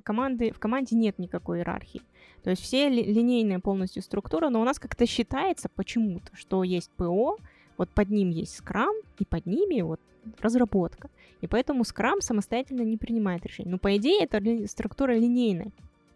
в команде нет никакой иерархии. То есть все линейная полностью структура, но у нас как-то считается почему-то, что есть ПО, вот под ним есть Scrum, и под ними вот разработка. И поэтому Scrum самостоятельно не принимает решений. Но по идее это структура линейная.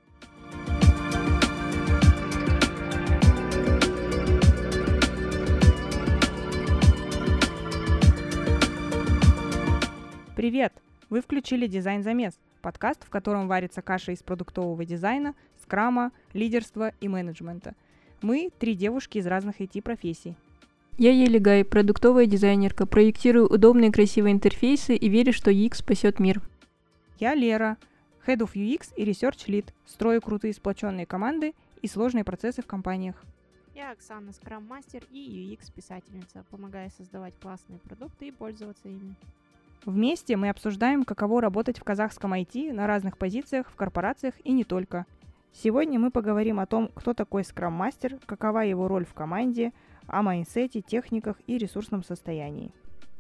Привет! Вы включили «Дизайн-замес» – подкаст, в котором варится каша из продуктового дизайна, скрама, лидерства и менеджмента. Мы – 3 девушки из разных IT-профессий. Я Елигай, продуктовая дизайнерка, проектирую удобные и красивые интерфейсы и верю, что UX спасет мир. Я Лера, Head of UX и Research Lead, строю крутые сплоченные команды и сложные процессы в компаниях. Я Оксана, скрам-мастер и UX-писательница, помогаю создавать классные продукты и пользоваться ими. Вместе мы обсуждаем, каково работать в казахском IT на разных позициях, в корпорациях и не только. Сегодня мы поговорим о том, кто такой скрам-мастер, какова его роль в команде, о майндсете, техниках и ресурсном состоянии.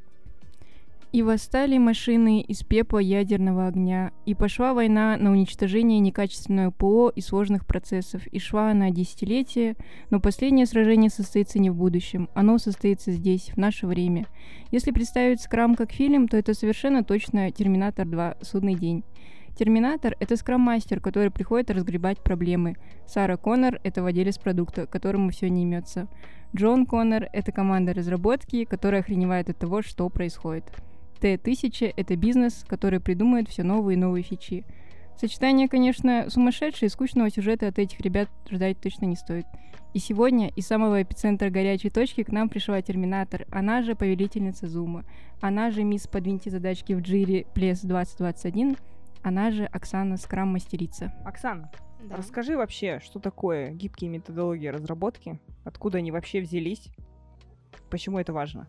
И восстали машины из пепла ядерного огня, и пошла война на уничтожение некачественного ПО и сложных процессов, и шла она десятилетия, но последнее сражение состоится не в будущем, оно состоится здесь, в наше время. Если представить Scrum как фильм, то это совершенно точно «Терминатор 2. Судный день». Терминатор — это скрам-мастер, который приходит разгребать проблемы. Сара Коннор — это владелец продукта, которому все не имется. Джон Коннор — это команда разработки, которая охреневает от того, что происходит. Т-1000 — это бизнес, который придумывает все новые и новые фичи. Сочетание, конечно, сумасшедшего и скучного сюжета от этих ребят ждать точно не стоит. И сегодня из самого эпицентра горячей точки к нам пришла Терминатор, она же повелительница Зума, она же мисс «Подвиньте задачки в Джире Плес 2021», она же Оксана, скрам-мастерица. Оксана, Да. расскажи вообще, что такое гибкие методологии разработки, откуда они вообще взялись, почему это важно?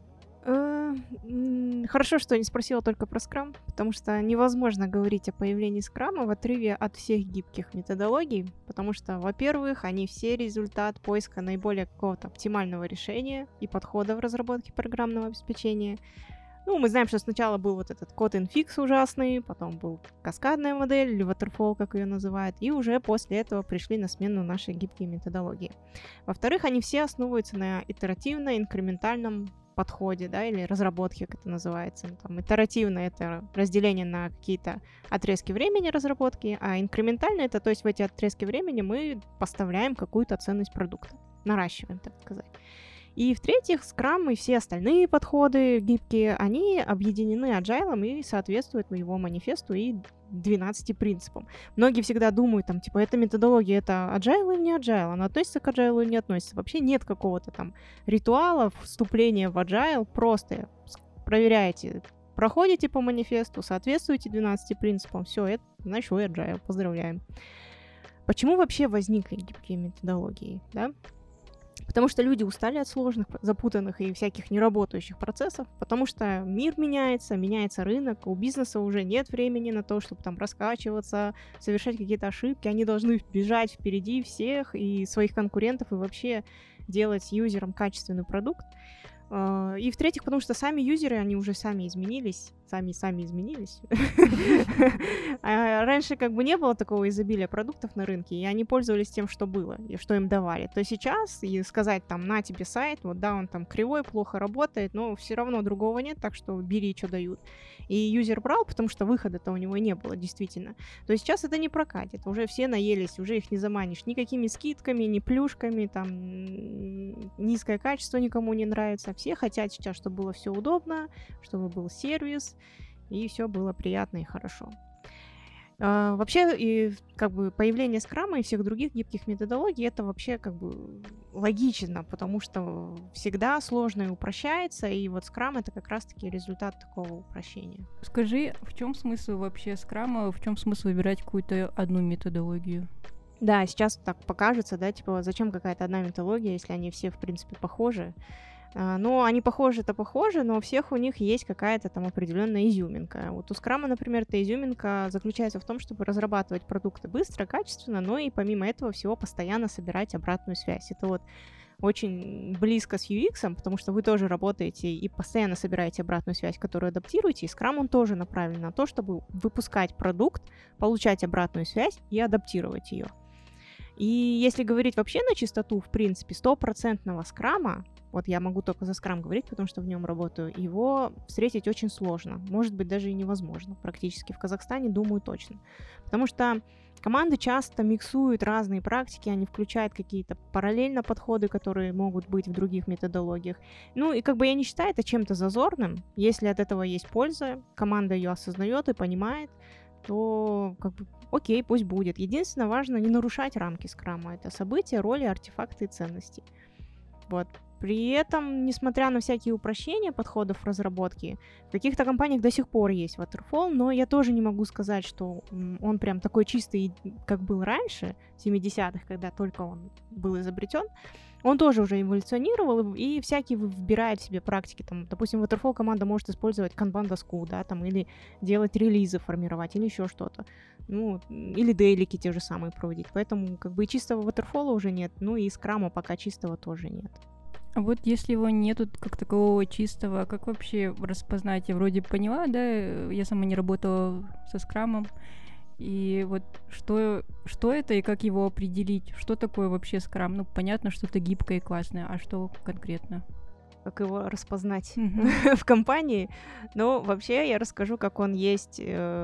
Хорошо, что не спросила только про Scrum, потому что невозможно говорить о появлении Scrum в отрыве от всех гибких методологий, потому что, во-первых, они все результат поиска наиболее какого-то оптимального решения и подхода в разработке программного обеспечения. Ну, мы знаем, что сначала был вот этот код инфикс ужасный, потом был каскадная модель, или waterfall, как ее называют, и уже после этого пришли на смену наши гибкие методологии. Во-вторых, они все основываются на итеративно-инкрементальном подходе, да, или разработке, как это называется. Там, итеративно — это разделение на какие-то отрезки времени разработки, а инкрементально — это, то есть в эти отрезки времени мы поставляем какую-то ценность продукта, наращиваем, так сказать. И в-третьих, Scrum и все остальные подходы гибкие, они объединены Agile и соответствуют его манифесту и 12 принципам. Многие всегда думают, там, типа, эта методология, это Agile или не Agile, она относится к Agile или не относится. Вообще нет какого-то там ритуала вступления в Agile, просто проверяете, проходите по манифесту, соответствуете 12 принципам, все, это значит, вы Agile, поздравляем. Почему вообще возникли гибкие методологии, да? Потому что люди устали от сложных, запутанных и всяких неработающих процессов, потому что мир меняется, меняется рынок, у бизнеса уже нет времени на то, чтобы там раскачиваться, совершать какие-то ошибки, они должны бежать впереди всех и своих конкурентов и вообще делать юзерам качественный продукт. И в-третьих, потому что сами юзеры, они уже сами изменились. Сами изменились. Раньше как бы не было такого изобилия продуктов на рынке, и они пользовались тем, что было, и что им давали. То сейчас и сказать там, на тебе сайт, вот да, он там кривой, плохо работает, но все равно другого нет, так что бери, что дают. И юзер брал, потому что выхода-то у него не было, действительно. То есть сейчас это не прокатит, уже все наелись, уже их не заманишь никакими скидками, ни плюшками, там низкое качество никому не нравится. Все хотят сейчас, чтобы было все удобно, чтобы был сервис, и все было приятно и хорошо. Вообще, и как бы появление скрама и всех других гибких методологий, это вообще как бы логично, потому что всегда сложное упрощается, и вот скрам — это как раз-таки результат такого упрощения. Скажи, в чем смысл вообще скрама, в чем смысл выбирать какую-то одну методологию? Да, сейчас так покажется, да, типа, зачем какая-то одна методология, если они все, в принципе, похожи. Но они похожи-то похожи, но у всех у них есть какая-то там определенная изюминка. Вот у Scrum, например, эта изюминка заключается в том, чтобы разрабатывать продукты быстро, качественно, но и помимо этого всего постоянно собирать обратную связь. Это вот очень близко с UX, потому что вы тоже работаете и постоянно собираете обратную связь, которую адаптируете, и Scrum он тоже направлен на то, чтобы выпускать продукт, получать обратную связь и адаптировать ее. И если говорить вообще на чистоту, в принципе, 100% скрама, вот я могу только за скрам говорить, потому что в нем работаю, его встретить очень сложно, может быть, даже и невозможно, практически в Казахстане, думаю, точно. Потому что команды часто миксуют разные практики, они включают какие-то параллельно подходы, которые могут быть в других методологиях. Ну и как бы я не считаю это чем-то зазорным, если от этого есть польза, команда ее осознает и понимает, то как бы окей, пусть будет. Единственное, важно не нарушать рамки скрама. Это события, роли, артефакты и ценности. Вот. При этом, несмотря на всякие упрощения подходов в разработке, в каких-то компаниях до сих пор есть Waterfall, но я тоже не могу сказать, что он прям такой чистый, как был раньше, в 70-х, когда только он был изобретен. Он тоже уже эволюционировал и всякие выбирает в себе практики. Там, допустим, Waterfall команда может использовать канбан-доску, да, там, или делать релизы, формировать, или еще что-то. Ну, или дейлики те же самые проводить. Поэтому как бы и чистого Waterfall уже нет, ну и скрама пока чистого тоже нет. А вот если его нету как такового чистого, как вообще распознать? Я вроде поняла, да, я сама не работала со скрамом. И вот что это и как его определить? Что такое вообще скрам? Ну, понятно, что-то гибкое и классное, а что конкретно? Как его распознать в компании. Но вообще я расскажу, как он есть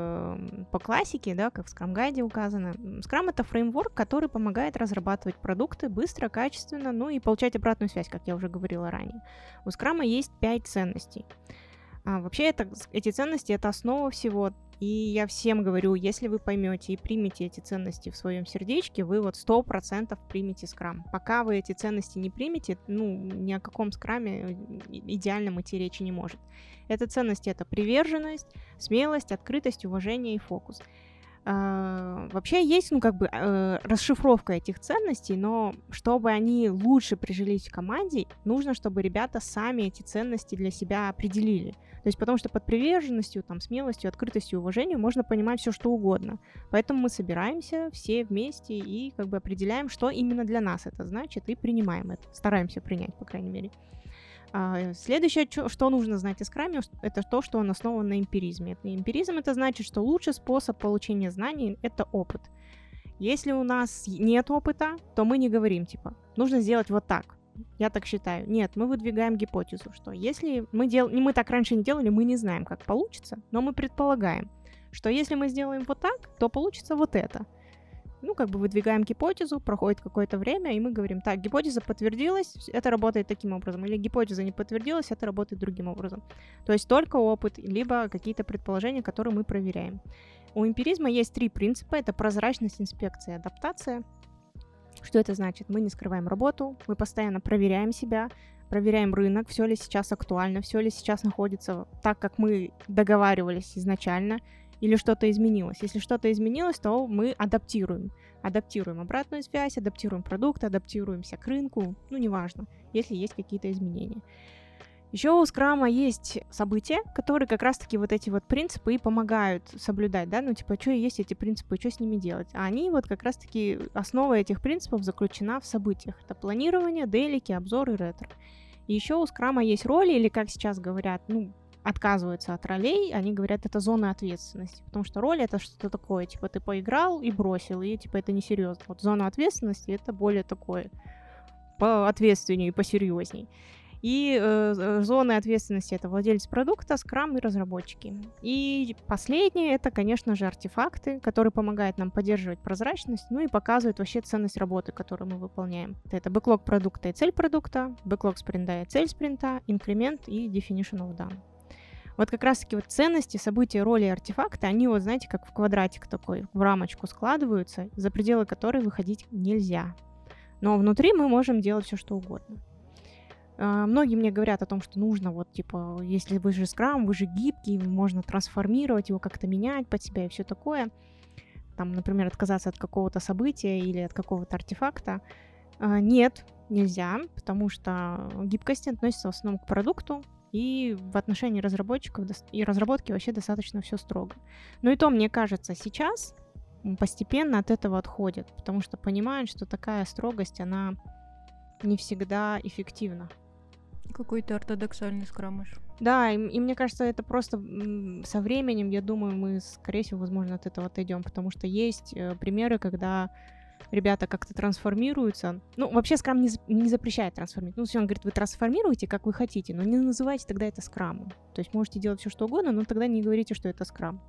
по классике, да, как в Scrum-гайде указано. Scrum — это фреймворк, который помогает разрабатывать продукты быстро, качественно, ну и получать обратную связь, как я уже говорила ранее. У Scrum есть 5 ценностей. Вообще эти ценности — это основа всего. И я всем говорю, если вы поймете и примете эти ценности в своем сердечке, вы вот 100% примете скрам. Пока вы эти ценности не примете, ну, ни о каком скраме идеальном идти речи не может. Это ценности — это приверженность, смелость, открытость, уважение и фокус. Вообще есть, ну, как бы расшифровка этих ценностей, но чтобы они лучше прижились в команде, нужно, чтобы ребята сами эти ценности для себя определили. То есть потому что под приверженностью, там, смелостью, открытостью, уважением можно понимать все что угодно. Поэтому мы собираемся все вместе и как бы определяем, что именно для нас это значит, и принимаем это. Стараемся принять, по крайней мере. Следующее, что нужно знать о скраме, это то, что он основан на эмпиризме. Эмпиризм — это значит, что лучший способ получения знаний — это опыт. Если у нас нет опыта, то мы не говорим, типа, нужно сделать вот так. Я так считаю. Нет, мы выдвигаем гипотезу, что если мы так раньше не делали, мы не знаем, как получится, но мы предполагаем, что если мы сделаем вот так, то получится вот это. Ну, как бы выдвигаем гипотезу, проходит какое-то время, и мы говорим, так, гипотеза подтвердилась, это работает таким образом, или гипотеза не подтвердилась, это работает другим образом. То есть только опыт, либо какие-то предположения, которые мы проверяем. У эмпиризма есть 3 принципа, это прозрачность, инспекция, адаптация. Что это значит? Мы не скрываем работу, мы постоянно проверяем себя, проверяем рынок, все ли сейчас актуально, все ли сейчас находится так, как мы договаривались изначально, или что-то изменилось. Если что-то изменилось, то мы адаптируем. Адаптируем обратную связь, адаптируем продукт, адаптируемся к рынку, ну, неважно, если есть какие-то изменения. Еще у скрама есть события, которые как раз-таки вот эти вот принципы и помогают соблюдать, да, ну, типа, что есть эти принципы, что с ними делать. А они вот как раз-таки, основа этих принципов заключена в событиях. Это планирование, дейлики, обзоры, ретро. И еще у скрама есть роли, или, как сейчас говорят, ну, отказываются от ролей, они говорят, это зона ответственности, потому что роль — это что-то такое, типа, ты поиграл и бросил, и, типа, это несерьезно. Вот зона ответственности — это более такое поответственнее и посерьезней. И зоны ответственности — это владелец продукта, скрам и разработчики. И последнее — это, конечно же, артефакты, которые помогают нам поддерживать прозрачность, ну и показывают вообще ценность работы, которую мы выполняем. Это бэклог продукта и цель продукта, бэклог спринта и цель спринта, инкремент и definition of done. Вот как раз-таки вот ценности, события, роли и артефакты, они вот, знаете, как в квадратик такой, в рамочку складываются, за пределы которой выходить нельзя. Но внутри мы можем делать все что угодно. Многие мне говорят о том, что нужно, вот, типа, если вы же скрам, вы же гибкий, можно трансформировать его, как-то менять под себя и все такое. Там, например, отказаться от какого-то события или от какого-то артефакта. Нет, нельзя, потому что гибкость относится в основном к продукту, и в отношении разработчиков и разработки вообще достаточно все строго. Но и то, мне кажется, сейчас постепенно от этого отходят, потому что понимают, что такая строгость, она не всегда эффективно. Какой-то ортодоксальный скрамыш. Да, и мне кажется, это просто со временем, я думаю, мы, скорее всего, возможно, от этого отойдем, потому что есть примеры, когда ребята как-то трансформируются. Ну, вообще скрам не запрещает трансформировать. Ну, он говорит, вы трансформируете, как вы хотите, но не называйте тогда это скрамом. То есть можете делать все что угодно, но тогда не говорите, что это скрам.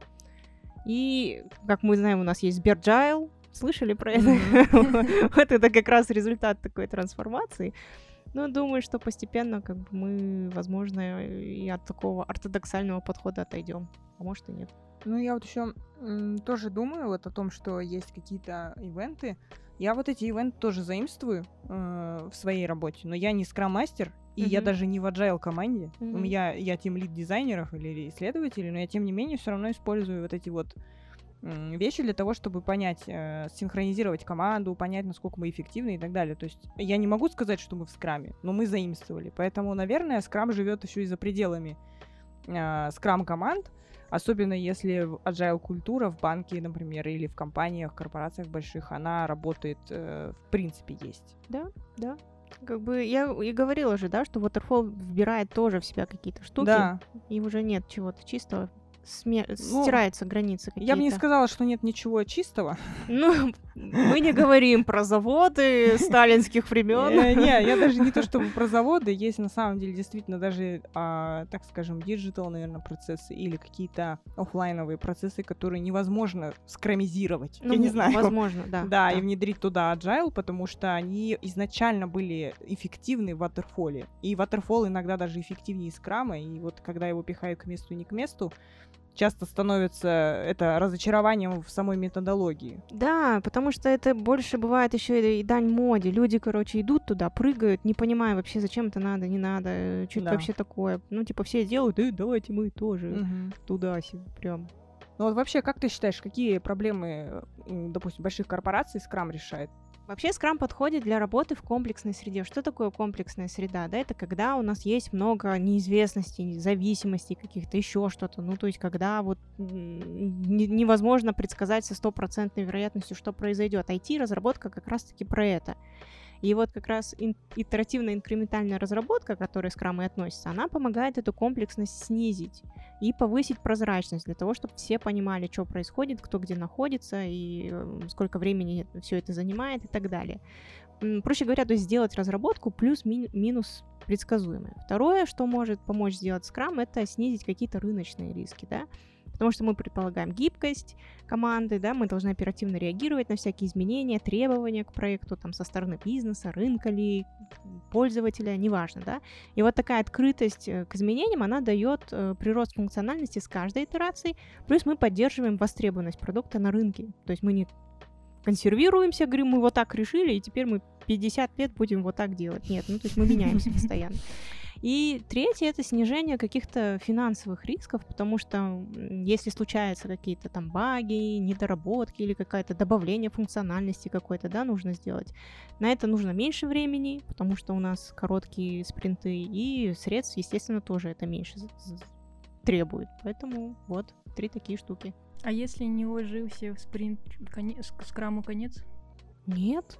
И, как мы знаем, у нас есть Берджайл. Слышали про это? Вот это как раз результат такой трансформации. Но думаю, что постепенно как бы мы, возможно, и от такого ортодоксального подхода отойдем. А может и нет. Ну, я вот еще тоже думаю вот о том, что есть какие-то ивенты. Я вот эти ивенты тоже заимствую в своей работе, но я не скрам-мастер, и я даже не в agile команде. Я тимлид дизайнеров или исследователей, но я тем не менее все равно использую вот эти вот вещи для того, чтобы понять, синхронизировать команду, понять, насколько мы эффективны и так далее. То есть я не могу сказать, что мы в скраме, но мы заимствовали. Поэтому, наверное, скрам живет еще и за пределами скрам-команд, особенно если agile-культура в банке, например, или в компаниях, корпорациях больших, она работает, в принципе, есть. Да. Как бы я и говорила же, да, что Waterfall вбирает тоже в себя какие-то штуки, Да. И уже нет чего-то чистого. Стираются границы какие-то. Я бы не сказала, что нет ничего чистого. Ну, мы не говорим про заводы сталинских времен. Не, я даже не то чтобы про заводы. Есть на самом деле действительно даже, так скажем, диджитал, наверное, процессы или какие-то офлайновые процессы, которые невозможно скрамизировать. Я не знаю. Возможно, да. Да, и внедрить туда agile, потому что они изначально были эффективны в Waterfall. И Waterfall иногда даже эффективнее скрама. И вот когда его пихают к месту и не к месту, часто становится это разочарованием в самой методологии. Да, потому что это больше бывает еще и дань моде. Люди, короче, идут туда, прыгают, не понимая вообще, зачем это надо, не надо, что это вообще такое. Ну, типа, все делают, давайте мы тоже туда прям. Ну вот вообще, как ты считаешь, какие проблемы, допустим, больших корпораций скрам решает? Вообще скрам подходит для работы в комплексной среде. Что такое комплексная среда? Да, это когда у нас есть много неизвестностей, зависимостей каких-то, еще что-то. Ну, то есть, когда вот невозможно предсказать со 100% вероятностью, что произойдет. IT-разработка как раз-таки про это. И вот как раз итеративная инкрементальная разработка, к которой скрам и относится, она помогает эту комплексность снизить и повысить прозрачность для того, чтобы все понимали, что происходит, кто где находится и сколько времени все это занимает и так далее. Проще говоря, то есть сделать разработку плюс-минус предсказуемой. Второе, что может помочь сделать скрам, это снизить какие-то рыночные риски, да, потому что мы предполагаем гибкость команды, да, мы должны оперативно реагировать на всякие изменения, требования к проекту там, со стороны бизнеса, рынка ли, пользователя, неважно, да. И вот такая открытость к изменениям, она дает прирост функциональности с каждой итерацией, плюс мы поддерживаем востребованность продукта на рынке, то есть мы не консервируемся, говорим, мы вот так решили, и теперь мы 50 лет будем вот так делать. Нет, ну то есть мы меняемся постоянно. И третье — это снижение каких-то финансовых рисков, потому что если случаются какие-то там баги, недоработки или какое-то добавление функциональности какой-то, да, нужно сделать, на это нужно меньше времени, потому что у нас короткие спринты, и средств, естественно, тоже это меньше требует. Поэтому вот 3 такие штуки. А если не уложился в спринт, скраму конец? Нет.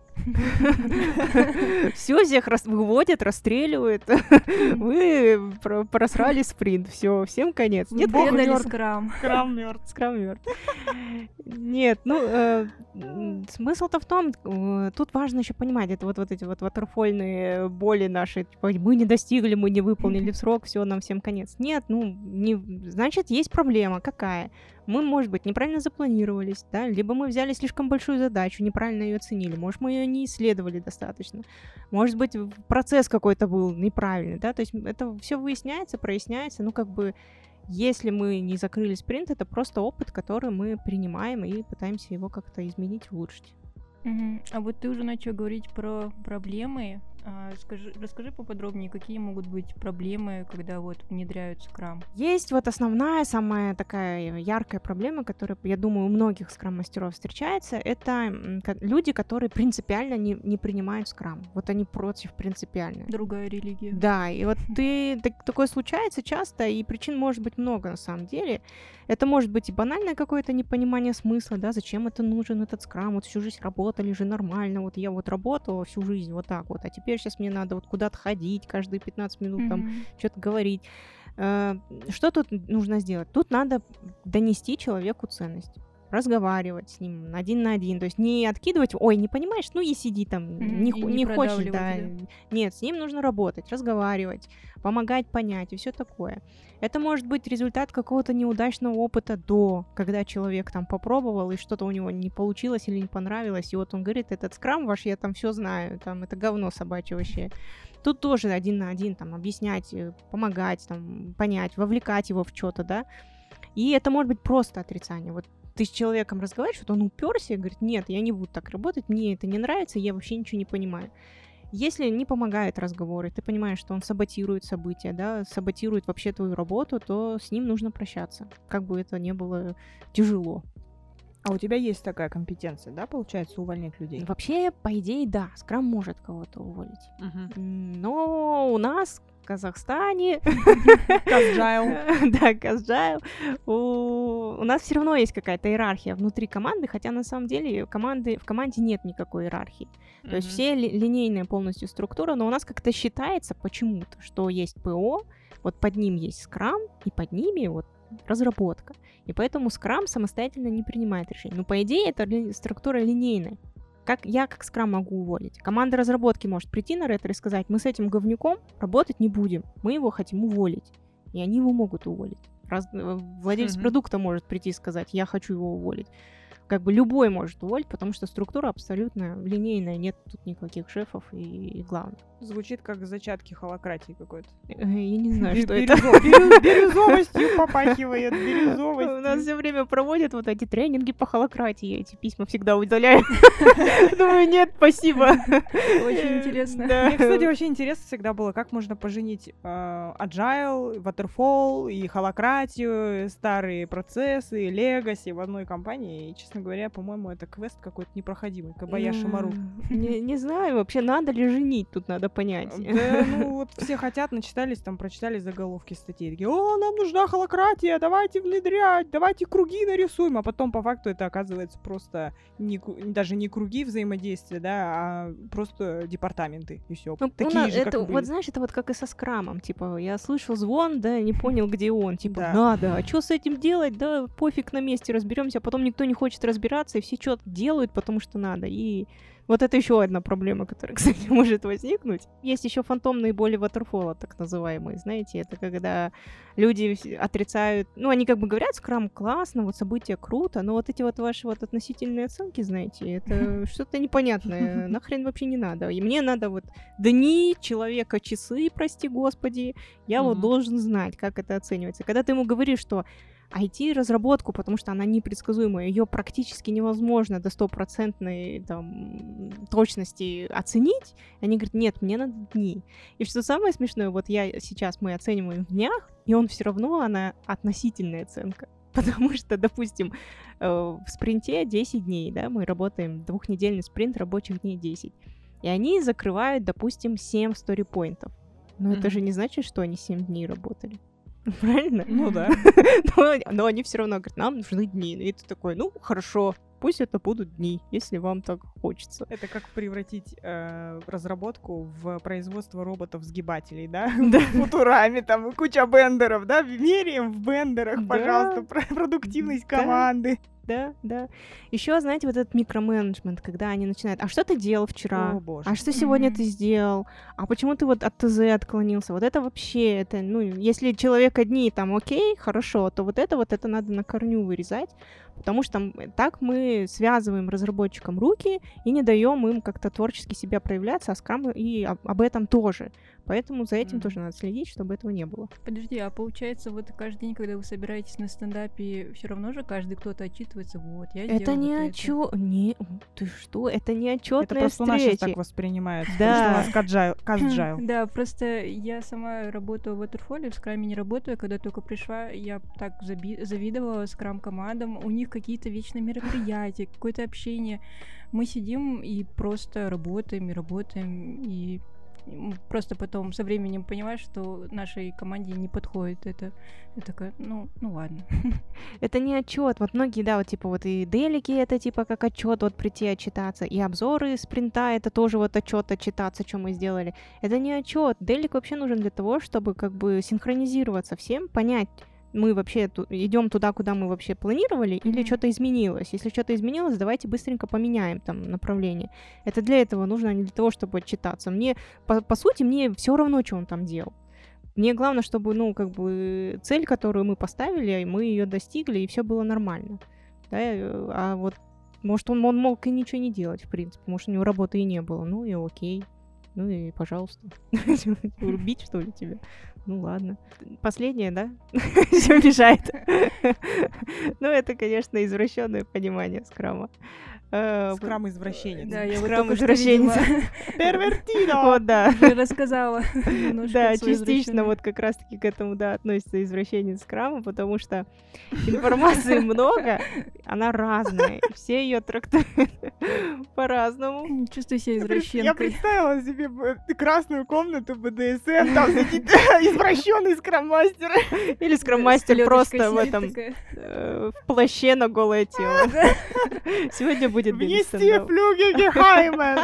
Все, всех выводят, расстреливают. Вы просрали спринт. Все, всем конец. Нет, предали скрам. Скрам мертв. Скрам мертв. Нет, ну, смысл-то в том, тут важно еще понимать, это вот эти вот ватерфольные боли наши, типа, мы не достигли, мы не выполнили в срок, все, нам всем конец. Нет, ну, значит, есть проблема. Какая? Мы, может быть, неправильно запланировались, да, либо мы взяли слишком большую задачу, неправильно ее оценили, может, мы ее не исследовали достаточно, может быть, процесс какой-то был неправильный, да, то есть это все выясняется, проясняется, ну, как бы, если мы не закрыли спринт, это просто опыт, который мы принимаем и пытаемся его как-то изменить, улучшить. А вот ты уже начал говорить про проблемы. Расскажи поподробнее, какие могут быть проблемы, когда вот внедряют скрам? Есть вот основная, самая такая яркая проблема, которая, я думаю, у многих скрам-мастеров встречается, это люди, которые принципиально не принимают скрам. Вот они против принципиально. Другая религия. Да, и вот такое случается часто, и причин может быть много на самом деле. Это может быть и банальное какое-то непонимание смысла, да, зачем это нужен этот скрам, вот всю жизнь работали же нормально, вот я вот работала всю жизнь вот так вот, а теперь сейчас мне надо вот куда-то ходить каждые 15 минут, там, что-то говорить. Что тут нужно сделать? Тут надо донести человеку ценность. Разговаривать с ним один на один, то есть не откидывать, ой, не понимаешь, ну и сиди там, не хочешь, да. Нет, с ним нужно работать, разговаривать, помогать понять и все такое. Это может быть результат какого-то неудачного опыта когда человек там попробовал и что-то у него не получилось или не понравилось, и вот он говорит, этот скрам ваш, я там все знаю, там это говно собачье вообще. Тут тоже один на один там объяснять, помогать, там понять, вовлекать его в что-то, да. И это может быть просто отрицание. Вот ты с человеком разговариваешь, вот он уперся и говорит, нет, я не буду так работать, мне это не нравится, я вообще ничего не понимаю. Если не помогают разговоры, ты понимаешь, что он саботирует события, да, саботирует вообще твою работу, то с ним нужно прощаться, как бы это ни было тяжело. А у тебя есть такая компетенция, да, получается, увольнять людей? Вообще, по идее, да, скрам может кого-то уволить. Но у нас в Казахстане... Казджайл. Да, Казджайл. У нас все равно есть какая-то иерархия внутри команды, хотя на самом деле в команде нет никакой иерархии. То есть все линейная полностью структура, но у нас как-то считается почему-то, что есть ПО, вот под ним есть скрам, и под ними вот разработка. И поэтому скрам самостоятельно не принимает решений. Но по идее это структура линейная. Как скрам могу уволить? Команда разработки может прийти на ретро и сказать, мы с этим говнюком работать не будем, мы его хотим уволить. И они его могут уволить. Владелец продукта может прийти и сказать, я хочу его уволить. Как бы любой может уволить, потому что структура абсолютно линейная, нет тут никаких шефов и главных. Звучит как зачатки холократии какой-то. Я не знаю, что это. Бирюзовостью попахивает, бирюзовостью. У нас все время проводят вот эти тренинги по холократии, эти письма всегда удаляю. Думаю, нет, спасибо. Очень интересно. Мне, кстати, очень интересно всегда было, как можно поженить agile, waterfall и холократию, старые процессы, legacy в одной компании. И, честно говоря, по-моему, это квест какой-то непроходимый. Кабаяши Мару. Не знаю, вообще надо ли женить, тут надо понять. Да, ну вот все хотят, начитались, там прочитали заголовки статей, такие, о, нам нужна холократия, давайте внедрять, давайте круги нарисуем, а потом по факту это оказывается просто даже не круги взаимодействия, да, а просто департаменты, и все. Ну, такие же, как это, вот знаешь, это вот как и со скрамом, типа, я слышал звон, да, не понял, где он, типа, да. Надо, а что с этим делать, да, пофиг, на месте разберемся, а потом никто не хочет разбираться, и все что-то делают, потому что надо, и вот это еще одна проблема, которая, кстати, может возникнуть. Есть еще фантомные боли ватерфола, так называемые, знаете, это когда люди отрицают, ну, они как бы говорят, скрам классно, вот события круто, но вот эти вот ваши вот относительные оценки, знаете, это что-то непонятное, нахрен вообще не надо. И мне надо вот дни человека, часы, прости господи, я вот должен знать, как это оценивается. Когда ты ему говоришь, что IT-разработку, потому что она непредсказуемая, ее практически невозможно до 100% там, точности оценить. Они говорят, нет, мне надо дни. И что самое смешное, вот мы оцениваем в днях, и он все равно, она относительная оценка. Потому что, допустим, в спринте 10 дней, да, мы работаем, 2-недельный спринт, рабочих дней 10. И они закрывают, допустим, 7 сторипоинтов. Но это же не значит, что они 7 дней работали. Правильно? Ну да. но они все равно говорят, нам нужны дни. И ты такой, ну хорошо, пусть это будут дни, если вам так хочется. Это как превратить разработку в производство роботов-сгибателей, да? Да. Футурами, там куча бендеров, да? Меряем в бендерах, пожалуйста, продуктивность команды. Да. Еще, знаете, вот этот микроменеджмент, когда они начинают, а что ты делал вчера? О, боже. А что сегодня ты сделал? А почему ты вот от ТЗ отклонился? Вот это вообще, это, ну, если человек одни, там, окей, хорошо, то вот это надо на корню вырезать, потому что так мы связываем разработчикам руки и не даем им как-то творчески себя проявляться, а скрам и об этом тоже. Поэтому за этим тоже надо следить, чтобы этого не было. Подожди, а получается, вот каждый день, когда вы собираетесь на стендапе, все равно же каждый кто-то отчитывается, вот, я сделал это не вот отчет. Не, ты что? Это не отчетная встреча. Это просто у нас сейчас так воспринимается, да. потому что у нас казджайл. Да, просто я сама работаю в Waterfall, в скраме не работаю. Когда только пришла, я так завидовала скрам-командам. У них какие-то вечные мероприятия, какое-то общение. Мы сидим и просто работаем, и просто потом со временем понимаешь, что нашей команде не подходит это. Я такая, ну ладно. Это не отчет. Вот многие, да, вот типа вот и делики это типа как отчет, вот прийти отчитаться, и обзоры спринта это тоже вот отчет отчитаться, что мы сделали. Это не отчет. Делик вообще нужен для того, чтобы как бы синхронизироваться всем, понять, мы вообще идем туда, куда мы вообще планировали, или что-то изменилось. Если что-то изменилось, давайте быстренько поменяем там направление. Это для этого нужно, а не для того, чтобы отчитаться. Мне, по сути, мне все равно, что он там делал. Мне главное, чтобы, ну, как бы цель, которую мы поставили, мы ее достигли, и все было нормально. Да? А вот, может, он мог и ничего не делать, в принципе. Может, у него работы и не было. Ну и окей. Ну и пожалуйста. Убить, что ли, тебя? Ну ладно. Последнее, да? Все мешает. Ну, это, конечно, извращенное понимание скрама. Скрам-извращенец. Да, я вот Скрам только что извращенец. видела, Первертидо! Вот, да. уже рассказала немножко Да, свой частично извращенный. вот как раз-таки к этому, да, относится извращенец скрама, потому что информации много, она разная, и все ее трактуют по-разному. Чувствую себя Я извращенкой. представила себе красную комнату БДСМ, там сидит извращенный скрам-мастер. Или скрам-мастер Селёдочка просто в сидит этом, такая. в плаще на голое тело. Сегодня будет Внести белый флюги гехаймен.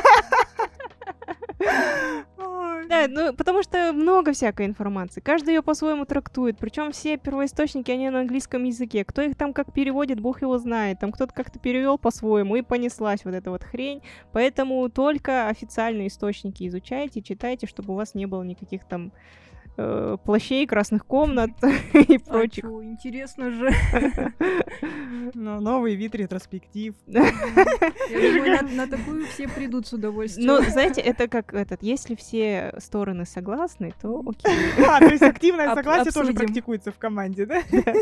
Да, ну, потому что много всякой информации. Каждый ее по-своему трактует. Причем все первоисточники, они на английском языке. Кто их там как переводит, бог его знает. Там кто-то как-то перевел по-своему, и понеслась вот эта вот хрень. Поэтому только официальные источники изучайте, читайте, чтобы у вас не было никаких там плащей, красных комнат и прочих. А чё, интересно же. Ну, новый вид ретроспектив. Я думаю, на такую все придут с удовольствием. Ну, знаете, это как если все стороны согласны, то окей. А, то есть активное согласие тоже обсудим. практикуется в команде, да?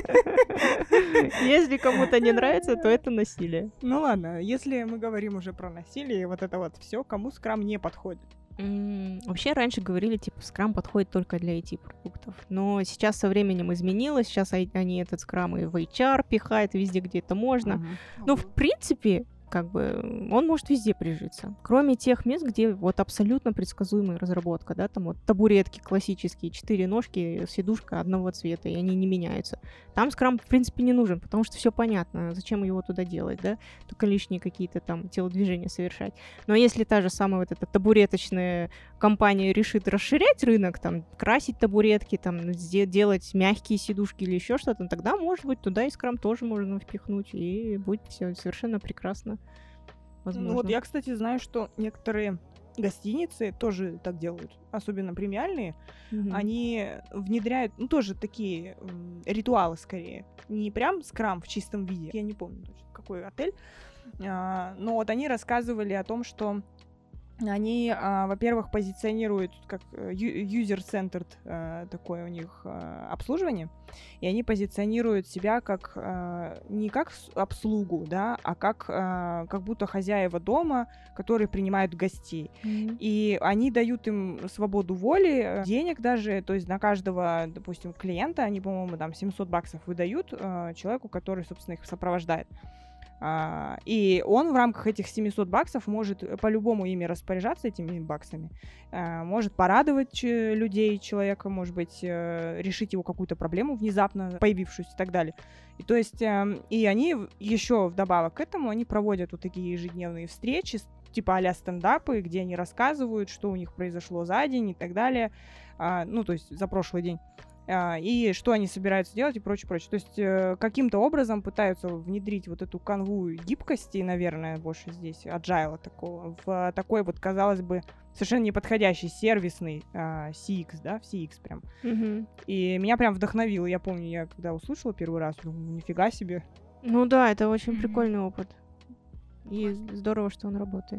Если кому-то не нравится, то это насилие. Ну ладно, если мы говорим уже про насилие, вот это вот все, кому скрам не подходит? Вообще раньше говорили, типа, скрам подходит только для IT-продуктов. Но сейчас со временем изменилось. Сейчас они этот скрам и в HR пихают везде, где это можно. Ну, в принципе, как бы он может везде прижиться. Кроме тех мест, где вот абсолютно предсказуемая разработка, да, там вот табуретки классические, 4 ножки, сидушка одного цвета, и они не меняются. Там скрам, в принципе, не нужен, потому что все понятно, зачем его туда делать, да, только лишние какие-то там телодвижения совершать. Но если та же самая вот эта табуреточная компания решит расширять рынок, там, красить табуретки, там, делать мягкие сидушки или еще что-то, тогда, может быть, туда и скрам тоже можно впихнуть, и будет все совершенно прекрасно. Возможно. Ну вот я, кстати, знаю, что некоторые гостиницы тоже так делают, особенно премиальные. Они внедряют, ну, тоже такие ритуалы скорее. Не прям скрам в чистом виде. Я не помню точно, какой отель. Но вот они рассказывали о том, что они, во-первых, позиционируют как user-centered такое у них обслуживание, и они позиционируют себя как не как обслугу, да, а как будто хозяева дома, которые принимают гостей. И они дают им свободу воли, денег даже, то есть на каждого, допустим, клиента они, по-моему, там $700 выдают человеку, который, собственно, их сопровождает. И он в рамках этих $700 может по-любому ими распоряжаться, этими баксами, может порадовать людей, человека, может быть, решить его какую-то проблему внезапно появившуюся и так далее. И то есть, и они еще вдобавок к этому, они проводят вот такие ежедневные встречи, типа а-ля стендапы, где они рассказывают, что у них произошло за день и так далее, ну, то есть за прошлый день. И что они собираются делать и прочее, прочее. То есть каким-то образом пытаются внедрить вот эту канву гибкости, наверное, больше здесь, аджайла такого, в такой вот, казалось бы, совершенно неподходящий сервисный CX, да, в CX прям. И меня прям вдохновило. Я помню, я когда услышала первый раз, думаю, нифига себе. Ну да, это очень прикольный опыт. И здорово, что он работает.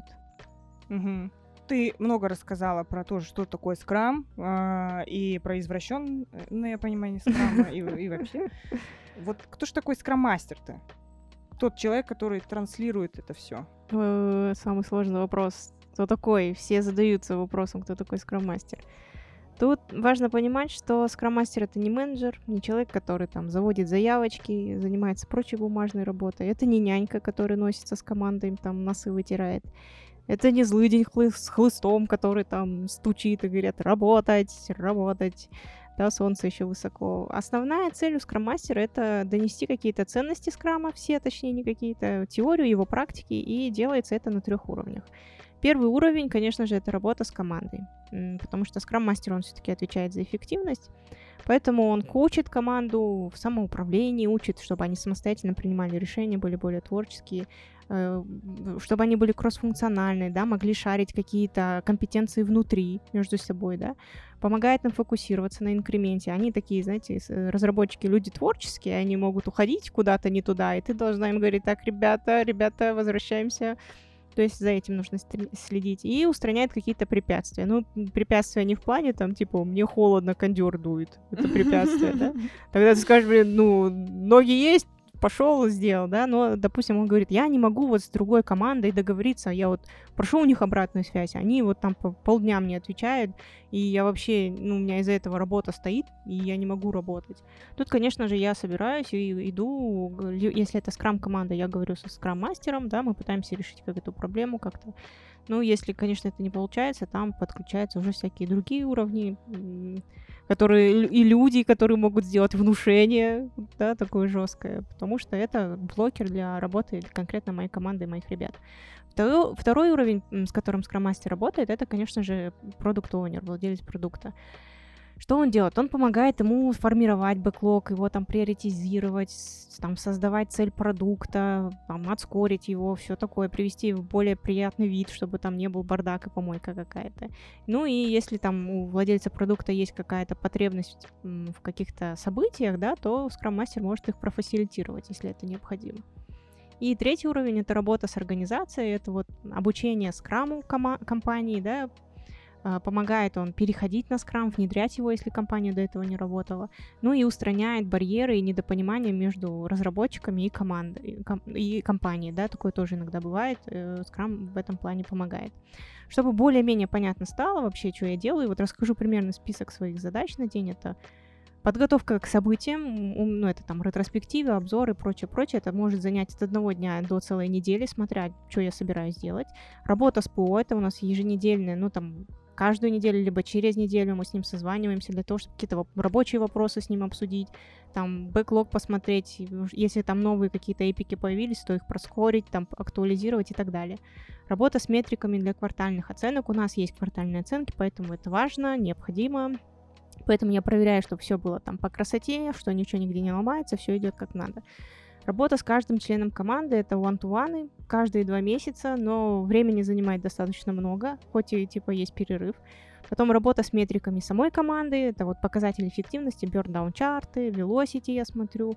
Ты много рассказала про то, что такое скрам, и про извращенное понимание скрама, и вообще. Вот кто же такой скрам-мастер-то? Тот человек, который транслирует это все. Самый сложный вопрос. Кто такой? Все задаются вопросом, кто такой скрам-мастер. Тут важно понимать, что скрам-мастер — это не менеджер, не человек, который там заводит заявочки, занимается прочей бумажной работой. Это не нянька, которая носится с командой, там носы вытирает. Это не злыдень с хлыстом, который там стучит и говорят работать, работать. Да, солнце еще высоко. Основная цель у скрам-мастера — это донести какие-то ценности скрама, все, точнее, не какие-то, теорию его практики, и делается это на 3 уровнях. Первый уровень, конечно же, это работа с командой, потому что скрам-мастер, он все-таки отвечает за эффективность, поэтому он коучит команду в самоуправлении, учит, чтобы они самостоятельно принимали решения, были более творческие, чтобы они были кроссфункциональные, да, могли шарить какие-то компетенции внутри, между собой, да, помогает нам фокусироваться на инкременте. Они такие, знаете, разработчики, люди творческие, они могут уходить куда-то не туда, и ты должна им говорить: так, ребята, возвращаемся. То есть за этим нужно следить. И устраняет какие-то препятствия. Ну, препятствия не в плане, там, типа, мне холодно, кондёр дует. Это препятствие, да? Тогда ты скажешь: блин, ну, ноги есть, пошел, сделал, да, но, допустим, он говорит: я не могу вот с другой командой договориться, я вот прошу у них обратную связь, они вот там полдня мне отвечают, и я вообще, ну, у меня из-за этого работа стоит, и я не могу работать. Тут, конечно же, я собираюсь и иду, если это скрам-команда, я говорю со скрам-мастером, да, мы пытаемся решить как эту проблему как-то. Ну, если, конечно, это не получается, там подключаются уже всякие другие уровни, которые и люди, которые могут сделать внушение, да, такое жесткое, потому что это блокер для работы конкретно моей команды и моих ребят. Второй уровень, с которым скрам-мастер работает, это, конечно же, продукт-оунер, владелец продукта. Что он делает? Он помогает ему формировать бэклог, его там приоритизировать, там создавать цель продукта, там отскорить его, все такое, привести в более приятный вид, чтобы там не был бардак и помойка какая-то. Ну и если там у владельца продукта есть какая-то потребность в каких-то событиях, да, то скрам-мастер может их профасилитировать, если это необходимо. И третий уровень — это работа с организацией, это вот обучение скраму компании, да, помогает он переходить на скрам, внедрять его, если компания до этого не работала. Ну и устраняет барьеры и недопонимания между разработчиками и командой, и компанией, да, такое тоже иногда бывает. Скрам в этом плане помогает. Чтобы более-менее понятно стало вообще, что я делаю, вот расскажу примерно список своих задач на день. Это подготовка к событиям, ну, это там ретроспективы, обзоры, прочее. Это может занять от 1 дня до целой недели, смотря, что я собираюсь делать. Работа с ПО, это у нас еженедельная, ну, там, каждую неделю, либо через неделю мы с ним созваниваемся для того, чтобы какие-то рабочие вопросы с ним обсудить, там, бэклог посмотреть, если там новые какие-то эпики появились, то их проскорить, там, актуализировать и так далее. Работа с метриками для квартальных оценок. У нас есть квартальные оценки, поэтому это важно, необходимо. Поэтому я проверяю, чтобы все было там по красоте, что ничего нигде не ломается, все идет как надо. Работа с каждым членом команды — это one-to-one, каждые 2 месяца, но времени занимает достаточно много, хоть и типа есть перерыв. Потом работа с метриками самой команды, это вот показатели эффективности, burn-down-чарты, velocity я смотрю,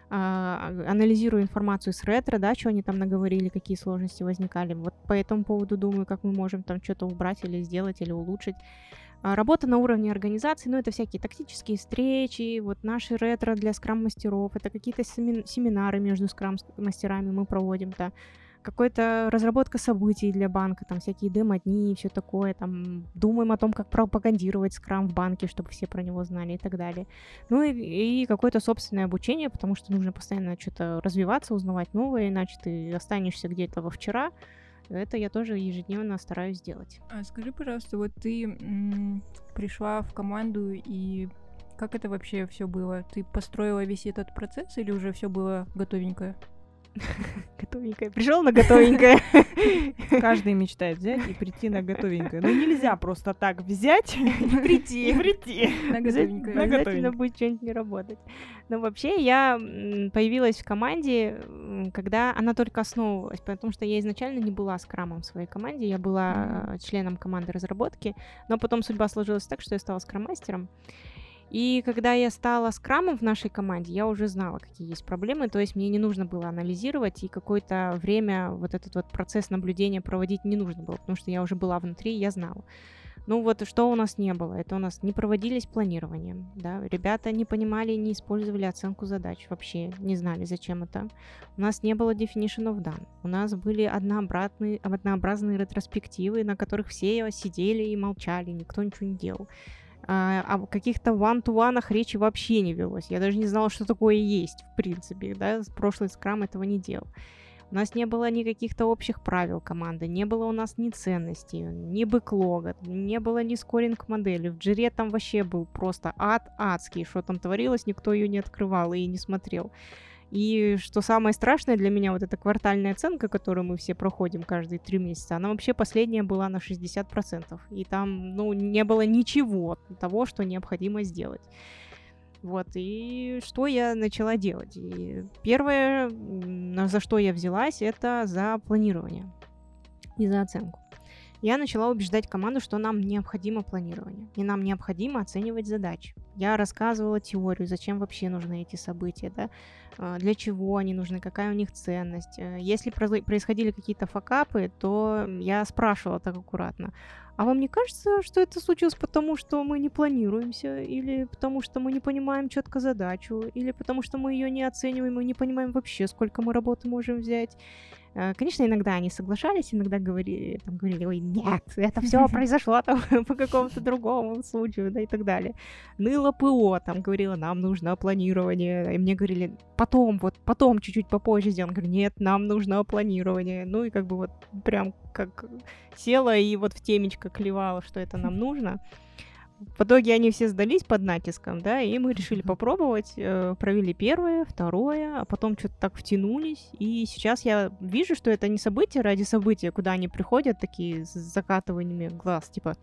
анализирую информацию с ретро, да, что они там наговорили, какие сложности возникали. Вот по этому поводу думаю, как мы можем там что-то убрать или сделать, или улучшить. Работа на уровне организации, ну, это всякие тактические встречи, вот наши ретро для скрам-мастеров, это какие-то семинары между скрам-мастерами мы проводим, да, какая-то разработка событий для банка, там всякие демо-дни и все такое, там думаем о том, как пропагандировать скрам в банке, чтобы все про него знали и так далее. Ну и какое-то собственное обучение, потому что нужно постоянно что-то развиваться, узнавать новое, иначе ты останешься где-то во вчера. Это я тоже ежедневно стараюсь делать. Скажи, пожалуйста, вот ты пришла в команду, и как это вообще все было? Ты построила весь этот процесс или уже все было готовенькое? Готовенькое. Пришел на готовенькое. Каждый мечтает взять и прийти на готовенькое. Но нельзя просто так взять и прийти. На готовенькое. Обязательно будет что-нибудь не работать. Но вообще я появилась в команде, когда она только основывалась, потому что я изначально не была скрамом в своей команде, я была членом команды разработки, но потом судьба сложилась так, что я стала скрам-мастером. И когда я стала скрамом в нашей команде, я уже знала, какие есть проблемы, то есть мне не нужно было анализировать, и какое-то время вот этот вот процесс наблюдения проводить не нужно было, потому что я уже была внутри, я знала. Ну вот что у нас не было, это у нас не проводились планирования, да, ребята не понимали и не использовали оценку задач, вообще не знали, зачем это. У нас не было definition of done, у нас были однообразные ретроспективы, на которых все сидели и молчали, никто ничего не делал. О каких-то one-to-one речи вообще не велось. Я даже не знала, что такое есть, в принципе, да, прошлый скрам этого не делал. У нас не было ни каких-то общих правил команды, не было у нас ни ценностей, ни бэклога, не было ни скоринг-модели. В Джире там вообще был просто ад адский, что там творилось, никто ее не открывал и не смотрел. И что самое страшное для меня, вот эта квартальная оценка, которую мы все проходим каждые 3 месяца, она вообще последняя была на 60%. И там, не было ничего того, что необходимо сделать. Вот, и что я начала делать? И первое, за что я взялась, это за планирование и за оценку. Я начала убеждать команду, что нам необходимо планирование, и нам необходимо оценивать задачи. Я рассказывала теорию, зачем вообще нужны эти события, да, для чего они нужны, какая у них ценность. Если происходили какие-то факапы, то я спрашивала так аккуратно: а вам не кажется, что это случилось потому, что мы не планируемся, или потому что мы не понимаем четко задачу, или потому что мы ее не оцениваем и не понимаем вообще, сколько мы работы можем взять? Конечно, иногда они соглашались, иногда говорили, ой, нет, это все произошло там по какому-то другому случаю, да, и так далее. Ныло ПО, там говорила, нам нужно планирование, и мне говорили, потом чуть-чуть попозже сделаем. Говорю, нет, нам нужно планирование. Ну и как бы вот прям как села и вот в темечко клевала, что это нам нужно. В итоге они все сдались под натиском, да, и мы решили попробовать, провели первое, второе, а потом что-то так втянулись, и сейчас я вижу, что это не событие ради события, куда они приходят такие с закатываниями глаз, типа,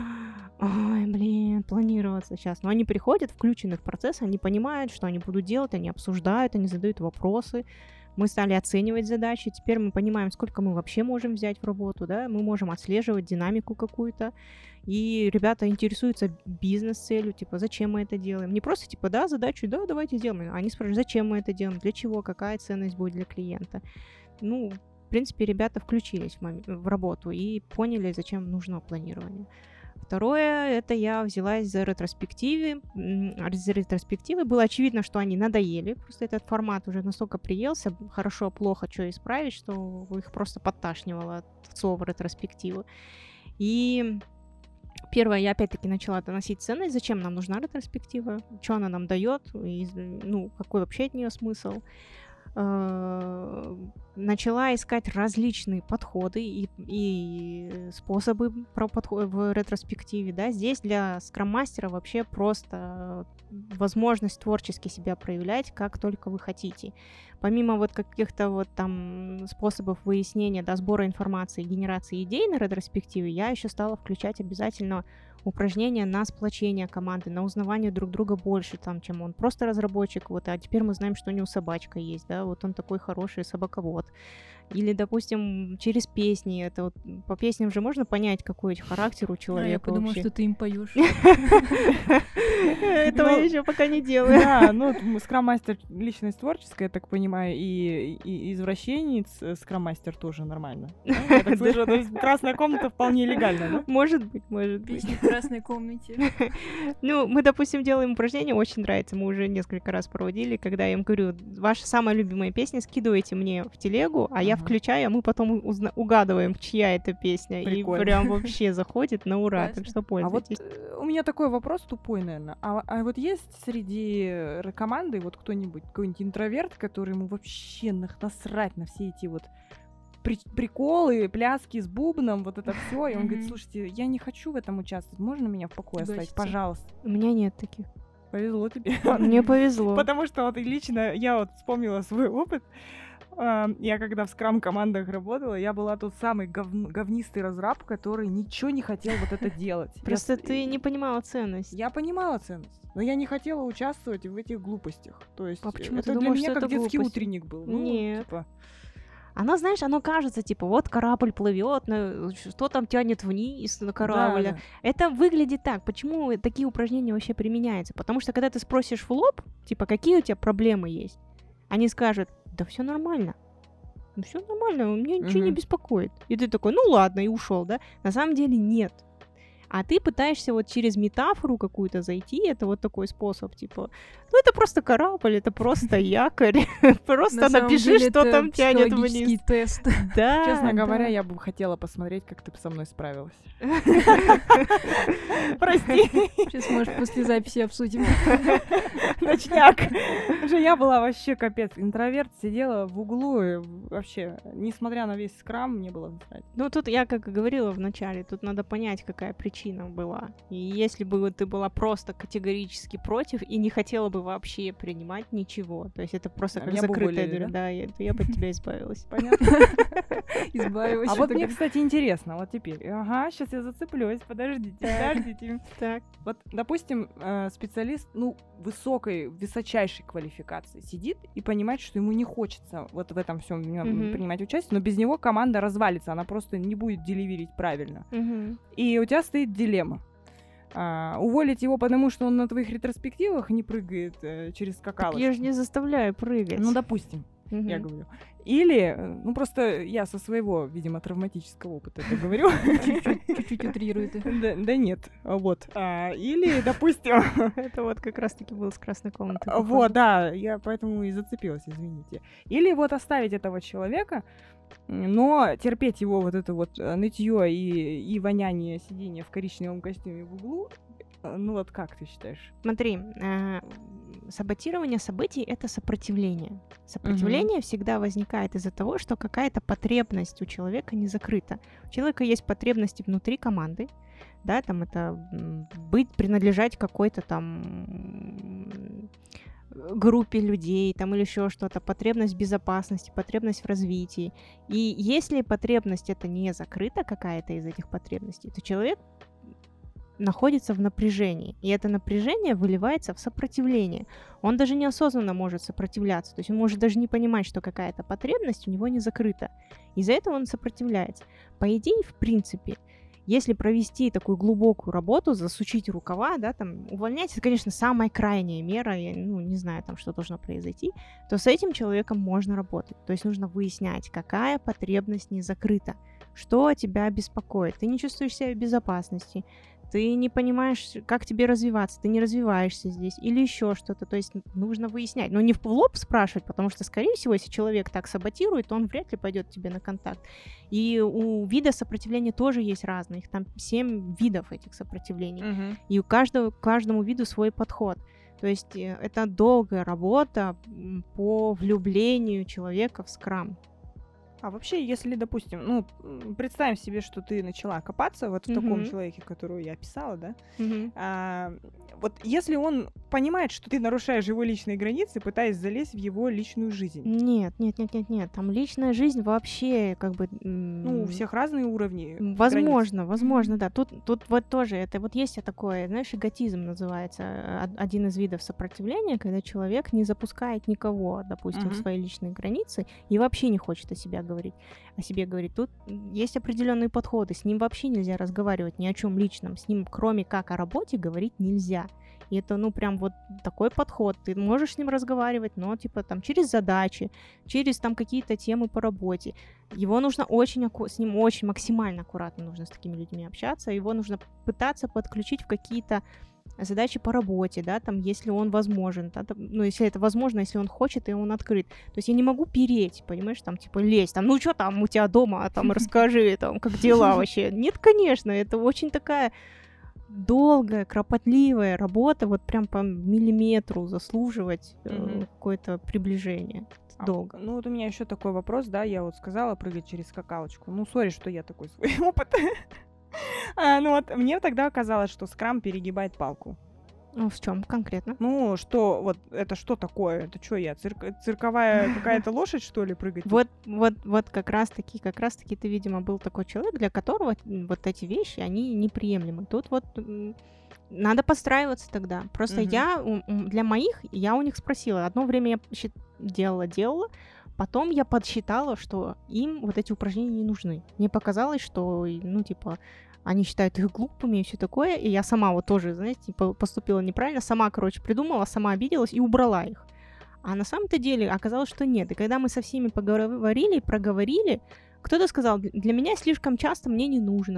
ой, блин, планироваться сейчас, но они приходят, включены в процесс, они понимают, что они будут делать, они обсуждают, они задают вопросы. Мы стали оценивать задачи, теперь мы понимаем, сколько мы вообще можем взять в работу, да, мы можем отслеживать динамику какую-то, и ребята интересуются бизнес-целью, типа, зачем мы это делаем? Не просто, типа, да, задачу, да, давайте сделаем. Они спрашивают, зачем мы это делаем, для чего, какая ценность будет для клиента. Ну, в принципе, ребята включились в работу и поняли, зачем нужно планирование. Второе, это я взялась за ретроспективы. Из ретроспективы было очевидно, что они надоели. Просто этот формат уже настолько приелся, хорошо-плохо, что исправить, что их просто подташнивало от слова ретроспективы. И первое, я опять-таки начала доносить ценность, зачем нам нужна ретроспектива, что она нам дает, и, какой вообще от нее смысл. Начала искать различные подходы и способы в ретроспективе, да, здесь для скрам-мастера вообще просто возможность творчески себя проявлять, как только вы хотите. Помимо вот каких-то вот там способов выяснения, да, сбора информации, генерации идей на ретроспективе, я еще стала включать обязательно упражнения на сплочение команды, на узнавание друг друга больше, там, чем он просто разработчик, вот, а теперь мы знаем, что у него собачка есть, да, вот он такой хороший собаковод. Или, допустим, через песни, это вот по песням же можно понять, какой характер у человека. Я подумала, что ты им поешь. Этого я еще пока не делаю. Да, скрам-мастер личность творческая, я так понимаю, и извращенец скрам-мастер тоже нормально. Я так слышу, то есть красная комната вполне легально, да? Может быть. Песни в красной комнате. Мы, допустим, делаем упражнение, очень нравится, мы уже несколько раз проводили, когда я им говорю, ваша самая любимая песня, скидывайте мне в телегу, а я включаю, а мы потом угадываем, чья это песня. Прикольно. И прям вообще заходит на ура, так что пользуйтесь. А вот у меня такой вопрос тупой, наверное. А вот есть среди команды вот кто-нибудь, какой-нибудь интроверт, который ему вообще насрать на все эти вот приколы, пляски с бубном, вот это все, и он говорит, слушайте, я не хочу в этом участвовать, можно меня в покое оставить, пожалуйста? У меня нет таких. Повезло тебе. Мне повезло. Потому что вот лично я вот вспомнила свой опыт. Я когда в скрам-командах работала, я была тот самый говнистый разраб, который ничего не хотел вот это делать. Просто ты не понимала ценность. Я понимала ценность, но я не хотела участвовать в этих глупостях. То есть почему это для меня как детский утренник был. Нет. Оно, знаешь, оно кажется, типа, вот корабль плывет, что там тянет вниз на корабль. Да. Это выглядит так. Почему такие упражнения вообще применяются? Потому что когда ты спросишь в лоб, типа, какие у тебя проблемы есть, они скажут, да все нормально. Все нормально, меня ничего не беспокоит. И ты такой, ну ладно, и ушел, да? На самом деле нет. А ты пытаешься вот через метафору какую-то зайти, это вот такой способ, типа, ну это просто корабль, это просто якорь, просто напиши, что там тянет вниз. Тест. Да. Честно говоря, я бы хотела посмотреть, как ты со мной справилась. Прости. Сейчас, может, после записи обсудим. Ночняк. Уже я была вообще капец. Интроверт, сидела в углу и вообще, несмотря на весь скрам, мне было насрать. Ну, тут я, как и говорила в начале, тут надо понять, какая причина была. И если бы ты была просто категорически против и не хотела бы вообще принимать ничего, то есть это просто как закрытая дверь, да, я бы от тебя избавилась. Понятно. Избавилась. А вот мне, кстати, интересно, вот теперь. Ага, сейчас я зацеплюсь, подождите. Так. Вот, допустим, специалист, высочайшей квалификации сидит и понимает, что ему не хочется вот в этом всем принимать участие, но без него команда развалится, она просто не будет деливерить правильно. И у тебя стоит дилемма. Уволить его, потому что он на твоих ретроспективах не прыгает через скакалочку. Я же не заставляю прыгать. Ну, допустим, я говорю. Или, просто я со своего, видимо, травматического опыта это говорю. Чуть-чуть утрирует. Да нет, вот. Или, допустим... Это вот как раз-таки было с красной комнатой. Вот, да, я поэтому и зацепилась, извините. Или вот оставить этого человека, но терпеть его вот это вот нытье и воняние сидения в коричневом костюме в углу. Ну вот как ты считаешь? Смотри, саботирование событий — это сопротивление. Сопротивление всегда возникает из-за того, что какая-то потребность у человека не закрыта. У человека есть потребности внутри команды, да, там это принадлежать какой-то там группе людей, там или еще что-то, потребность в безопасности, потребность в развитии. И если потребность это не закрыта, какая-то из этих потребностей, то человек находится в напряжении, и это напряжение выливается в сопротивление. Он даже неосознанно может сопротивляться, то есть он может даже не понимать, что какая-то потребность у него не закрыта. Из-за этого он сопротивляется. По идее, в принципе, если провести такую глубокую работу, засучить рукава, да, там, увольнять, это, конечно, самая крайняя мера, я, не знаю, там, что должно произойти, то с этим человеком можно работать. То есть нужно выяснять, какая потребность не закрыта, что тебя беспокоит. Ты не чувствуешь себя в безопасности, ты не понимаешь, как тебе развиваться, ты не развиваешься здесь, или еще что-то. То есть нужно выяснять. Но не в лоб спрашивать, потому что, скорее всего, если человек так саботирует, то он вряд ли пойдет тебе на контакт. И у вида сопротивления тоже есть разные. Их там 7 видов этих сопротивлений. И каждому виду свой подход. То есть это долгая работа по влюблению человека в скрам. А вообще, если, допустим, представим себе, что ты начала копаться вот в таком человеке, которого я описала, да, вот если он понимает, что ты нарушаешь его личные границы, пытаясь залезть в его личную жизнь. Нет, там личная жизнь вообще как бы... у всех разные уровни. Возможно, да. Тут вот тоже, это вот есть такое, знаешь, эготизм называется, один из видов сопротивления, когда человек не запускает никого, допустим, в свои личные границы и вообще не хочет о себе говорить. Тут есть определенные подходы, с ним вообще нельзя разговаривать ни о чем личном, с ним кроме как о работе говорить нельзя. И это, прям вот такой подход. Ты можешь с ним разговаривать, но, там, через задачи, через, там, какие-то темы по работе. Его нужно с ним очень максимально аккуратно нужно с такими людьми общаться. Его нужно пытаться подключить в какие-то задачи по работе, да, там, если он возможен, да, там, если это возможно, если он хочет, и он открыт. То есть я не могу переть, понимаешь, там, лезть, там, что там у тебя дома, там, расскажи, там, как дела вообще. Нет, конечно, это очень такая долгая, кропотливая работа, вот прям по миллиметру заслуживать какое-то приближение. Долго. Вот у меня еще такой вопрос, да, я вот сказала прыгать через скакалочку. Сори, что я такой свой опыт. Мне тогда казалось, что скрам перегибает палку. В чем конкретно? Что, вот, это что такое? Это что я, цирковая какая-то лошадь, что ли, прыгать? Вот как раз-таки ты, видимо, был такой человек, для которого вот эти вещи, они неприемлемы. Тут вот надо подстраиваться тогда. Просто я у них спросила. Одно время я делала, потом я подсчитала, что им вот эти упражнения не нужны. Мне показалось, что, они считают их глупыми и все такое, и я сама вот тоже, знаете, поступила неправильно, сама, придумала, сама обиделась и убрала их. А на самом-то деле оказалось, что нет. И когда мы со всеми проговорили, кто-то сказал, для меня слишком часто мне не нужно.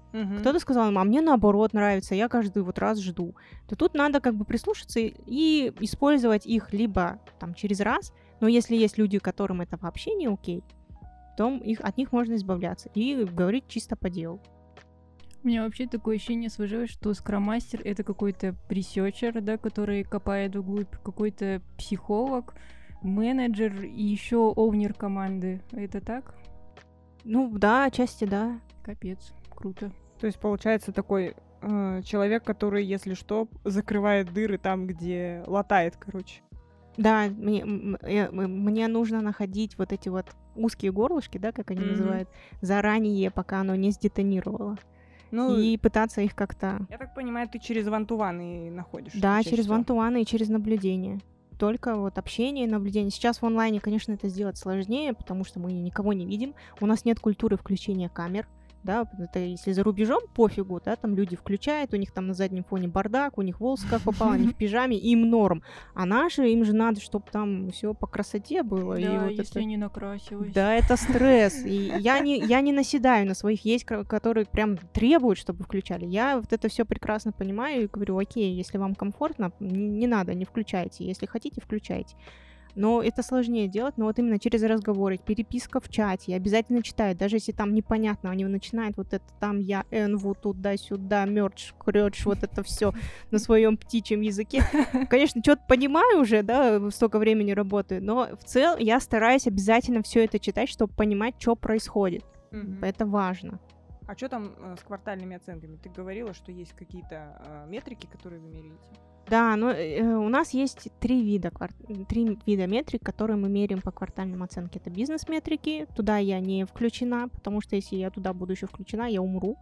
Кто-то сказал, а мне наоборот нравится, я каждый вот раз жду. То тут надо как бы прислушаться и использовать их либо там через раз, но если есть люди, которым это вообще не окей, то от них можно избавляться и говорить чисто по делу. У меня вообще такое ощущение сложилось, что скрам-мастер — это какой-то ресерчер, да, который копает вглубь, какой-то психолог, менеджер и еще овнер команды. Это так? Ну да, отчасти да. Капец, круто. То есть получается такой человек, который, если что, закрывает дыры там, где латает, короче. Да, мне нужно находить вот эти вот узкие горлышки, да, как они называют, заранее, пока оно не сдетонировало. Ну, и пытаться их как-то... Я так понимаю, ты через one-to-one и находишь. Да, через one-to-one и через наблюдение. Только вот общение и наблюдение. Сейчас в онлайне, конечно, это сделать сложнее, потому что мы никого не видим. У нас нет культуры включения камер. Да, это если за рубежом, пофигу, да, там люди включают, у них там на заднем фоне бардак, у них волос как попало, они в пижаме, им норм. А наши, им же надо, чтобы там все по красоте было. Да, и вот если не накрасилась. Да, это стресс. И я не наседаю на своих, есть, которые прям требуют, чтобы включали. Я вот это все прекрасно понимаю и говорю, окей, если вам комфортно, не надо, не включайте. Если хотите, включайте. Но это сложнее делать, но вот именно через разговоры, переписка в чате, обязательно читают, даже если там непонятно, они начинают вот это там я, энву, туда-сюда, мёрдж, крёдж, вот это все на своем птичьем языке. Конечно, что-то понимаю уже, да, столько времени работаю, но в целом я стараюсь обязательно все это читать, чтобы понимать, что происходит. Это важно. А что там с квартальными оценками? Ты говорила, что есть какие-то метрики, которые вы меряете? Да, но у нас есть три вида метрик, которые мы меряем по квартальным оценке. Это бизнес-метрики, туда я не включена, потому что если я туда буду еще включена, я умру.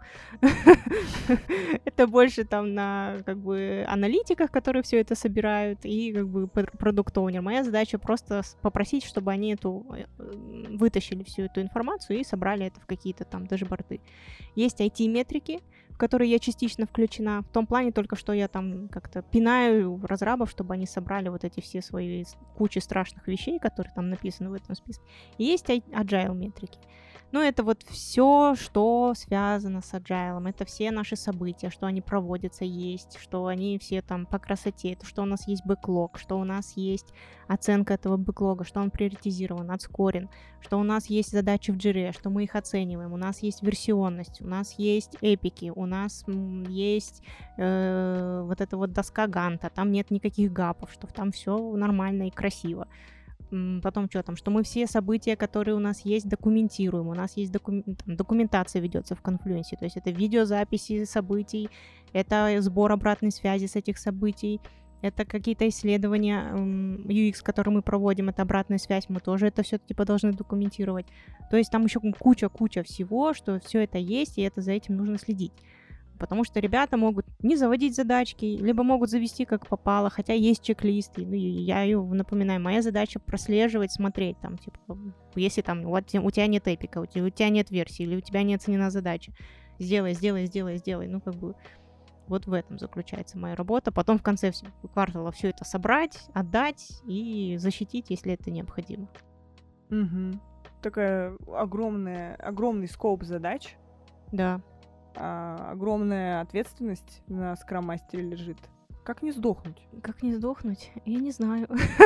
Это больше там на как бы аналитиках, которые все это собирают, и как бы продукт-оунер. Моя задача просто попросить, чтобы они вытащили всю эту информацию и собрали это в какие-то там дашборды. Есть IT-метрики, в которые я частично включена, в том плане только, что я там как-то пинаю разрабов, чтобы они собрали вот эти все свои кучи страшных вещей, которые там написаны в этом списке. И есть agile метрики. Ну, это вот все, что связано с agile. Это все наши события, что они проводятся, есть, что они все там по красоте, это что у нас есть бэклог, что у нас есть оценка этого бэклога, что он приоритизирован, отскорен, что у нас есть задачи в Jira, что мы их оцениваем, у нас есть версионность, у нас есть эпики, у нас есть вот эта вот доска Ганта, там нет никаких гапов, что там все нормально и красиво. Потом что там, что мы все события, которые у нас есть, документируем. У нас есть документация ведется в Confluence, то есть это видеозаписи событий, это сбор обратной связи с этих событий, это какие-то исследования UX, которые мы проводим, это обратная связь, мы тоже это все типа должны документировать. То есть там еще куча всего, что все это есть, и это за этим нужно следить. Потому что ребята могут не заводить задачки, либо могут завести как попало, хотя есть чек-листы. Ну, я ее напоминаю, моя задача прослеживать, смотреть там, типа, если там у тебя нет эпика, у тебя нет версии, или у тебя не оценена задача. Сделай. Ну, как бы, вот в этом заключается моя работа. Потом в конце квартала все это собрать, отдать и защитить, если это необходимо. Угу. Такая огромный скоп задач. Да. Огромная ответственность на скрам-мастере лежит. Как не сдохнуть? Как не сдохнуть? Я не знаю.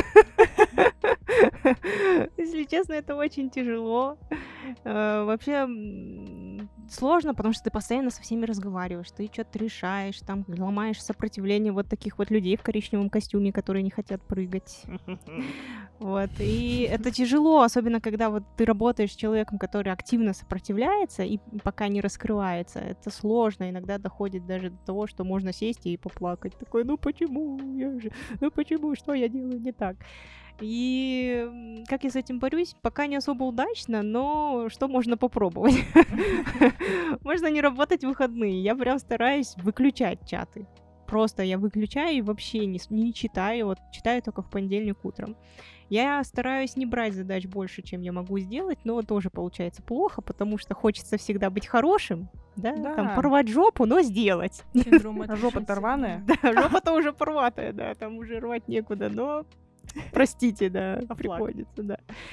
Если честно, это очень тяжело. Вообще сложно, потому что ты постоянно со всеми разговариваешь, ты что-то решаешь, там ломаешь сопротивление вот таких вот людей в коричневом костюме, которые не хотят прыгать. Вот. И это тяжело, особенно когда вот ты работаешь с человеком, который активно сопротивляется и пока не раскрывается. Это сложно, иногда доходит даже до того, что можно сесть и поплакать. Такой, ну почему? Что я делаю не так? И как я с этим борюсь? Пока не особо удачно, но что можно попробовать? Можно не работать в выходные. Я прям стараюсь выключать чаты. Просто я выключаю и вообще не читаю. Вот читаю только в понедельник утром. Я стараюсь не брать задач больше, чем я могу сделать, но тоже получается плохо, потому что хочется всегда быть хорошим, да? Там порвать жопу, но сделать. Жопа-то рваная? Да, жопа-то уже порватая, да, там уже рвать некуда, но простите, да, приходится, да.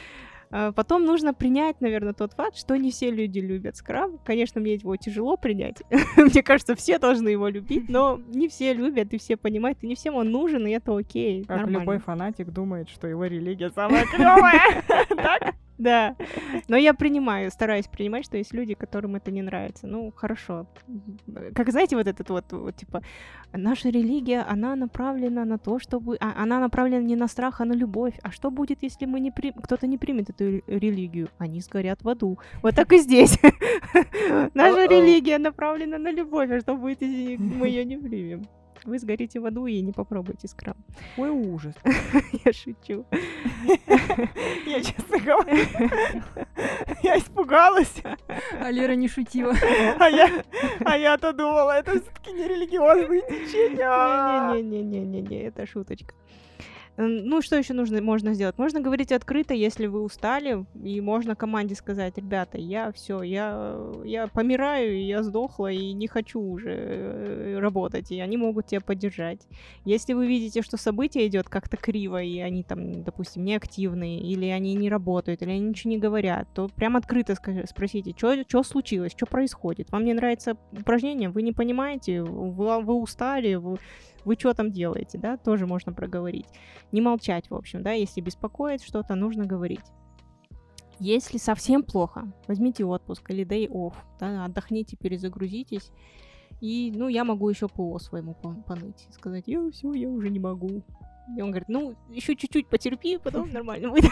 Потом нужно принять, наверное, тот факт, что не все люди любят скрам. Конечно, мне его тяжело принять. Мне кажется, все должны его любить, но не все любят, и все понимают, и не всем он нужен, и это окей. Как нормально. любой фанатик думает, что его религия самая клевая. Так? Да, но я стараюсь принимать, что есть люди, которым это не нравится. Ну, хорошо. Как, знаете, вот этот вот типа, наша религия, она направлена на то, чтобы... она направлена не на страх, а на любовь. А что будет, если кто-то не примет эту религию? Они сгорят в аду. Вот так и здесь. Наша религия направлена на любовь, а что будет, если мы ее не примем? Вы сгорите в аду и не попробуйте скрам. Ой, ужас. Я шучу. Я, честно говоря, я испугалась. А Лера не шутила. А я-то думала, это все-таки не религиозные течения. Не-не-не, это шуточка. Ну, что еще можно сделать? Можно говорить открыто, если вы устали, и можно команде сказать: ребята, я помираю, я сдохла, и не хочу уже работать, и они могут тебя поддержать. Если вы видите, что событие идет как-то криво, и они там, допустим, неактивные, или они не работают, или они ничего не говорят, то прям открыто спросите, что случилось, что происходит. Вам не нравится упражнение, вы не понимаете, вы устали, вы что там делаете, да, тоже можно проговорить. Не молчать, в общем, да, если беспокоит что-то, нужно говорить. Если совсем плохо, возьмите отпуск или day off, да, отдохните, перезагрузитесь, и, я могу еще ПО своему поныть, сказать: я уже не могу. И он говорит: еще чуть-чуть потерпи, потом нормально будет.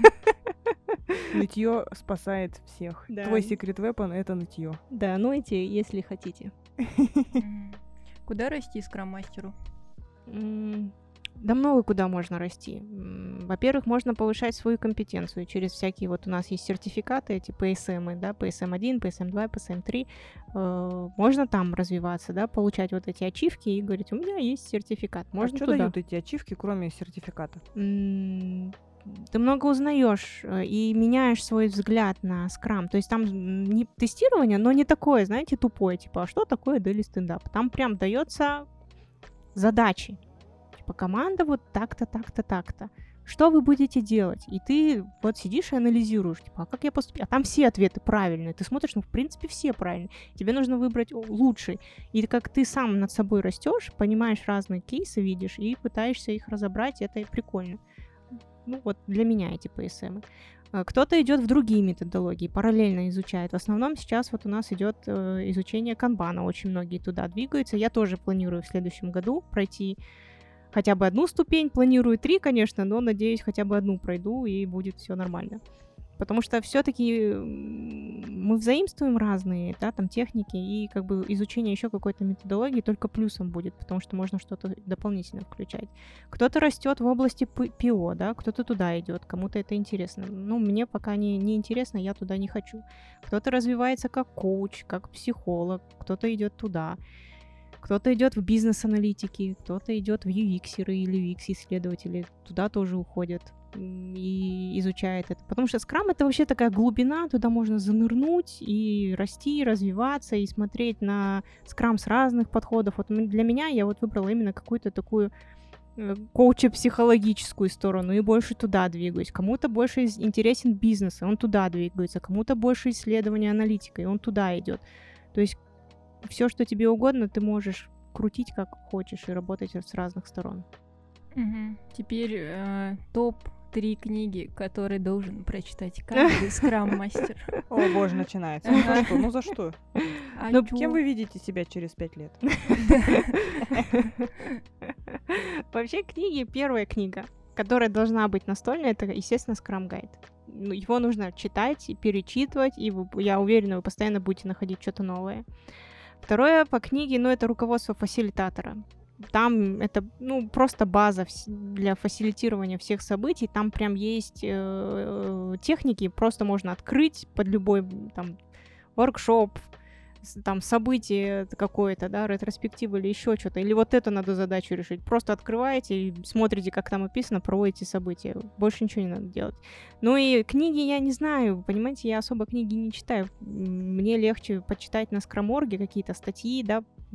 Нытье спасает всех. Да. Твой секрет weapon — это нытье. Да, нойте, если хотите. Куда расти скрам-мастеру? Да много куда можно расти. Во-первых, можно повышать свою компетенцию через всякие, вот у нас есть сертификаты, эти PSM, да, PSM-1, PSM-2, PSM-3. Можно там развиваться, да, получать вот эти ачивки и говорить: у меня есть сертификат. Можно что туда. дают эти ачивки, кроме сертификата? Ты много узнаешь и меняешь свой взгляд на скрам. То есть там не тестирование, но не такое, знаете, тупое, типа: а что такое daily стендап? Там прям дается задачи. Типа: команда вот так-то, так-то, так-то. Что вы будете делать? И ты вот сидишь и анализируешь, типа: а как я поступлю? А там все ответы правильные. Ты смотришь, в принципе, все правильные. Тебе нужно выбрать лучший. И как ты сам над собой растешь, понимаешь разные кейсы, видишь, и пытаешься их разобрать, это прикольно. Вот для меня эти PSM. Кто-то идет в другие методологии, параллельно изучает. В основном сейчас вот у нас идет изучение канбана, очень многие туда двигаются. Я тоже планирую в следующем году пройти хотя бы одну ступень, планирую 3, конечно, но надеюсь, хотя бы одну пройду, и будет все нормально. Потому что все-таки мы взаимствуем разные, да, там техники, и как бы изучение еще какой-то методологии только плюсом будет, потому что можно что-то дополнительно включать. Кто-то растет в области ПО, да, кто-то туда идет, кому-то это интересно. Мне пока не интересно, я туда не хочу. Кто-то развивается как коуч, как психолог, кто-то идет туда. Кто-то идет в бизнес-аналитики, кто-то идет в UX-еры или UX-исследователи, туда тоже уходят и изучает это. Потому что скрам — это вообще такая глубина, туда можно занырнуть и расти, развиваться, и смотреть на скрам с разных подходов. Вот для меня я вот выбрала именно какую-то такую коуча-психологическую сторону и больше туда двигаюсь. Кому-то больше интересен бизнес, и он туда двигается. Кому-то больше исследования, аналитика, и он туда идет. То есть все, что тебе угодно, ты можешь крутить как хочешь и работать с разных сторон. Теперь топ-3 книги, которые должен прочитать каждый скрам-мастер. О боже, начинается. За что? Кем вы видите себя через 5 лет? Вообще книги, первая книга, которая должна быть настольной, это, естественно, скрам-гайд. Его нужно читать и перечитывать, и я уверена, вы постоянно будете находить что-то новое. Второе по книге, это руководство фасилитатора. Там это, просто база для фасилитирования всех событий. Там прям есть техники, просто можно открыть под любой там воркшоп, там событие какое-то, да, ретроспектива или еще что-то. Или вот эту надо задачу решить. Просто открываете и смотрите, как там описано, проводите события. Больше ничего не надо делать. И книги я не знаю, понимаете, я особо книги не читаю. Мне легче почитать на Скраморге какие-то статьи, да,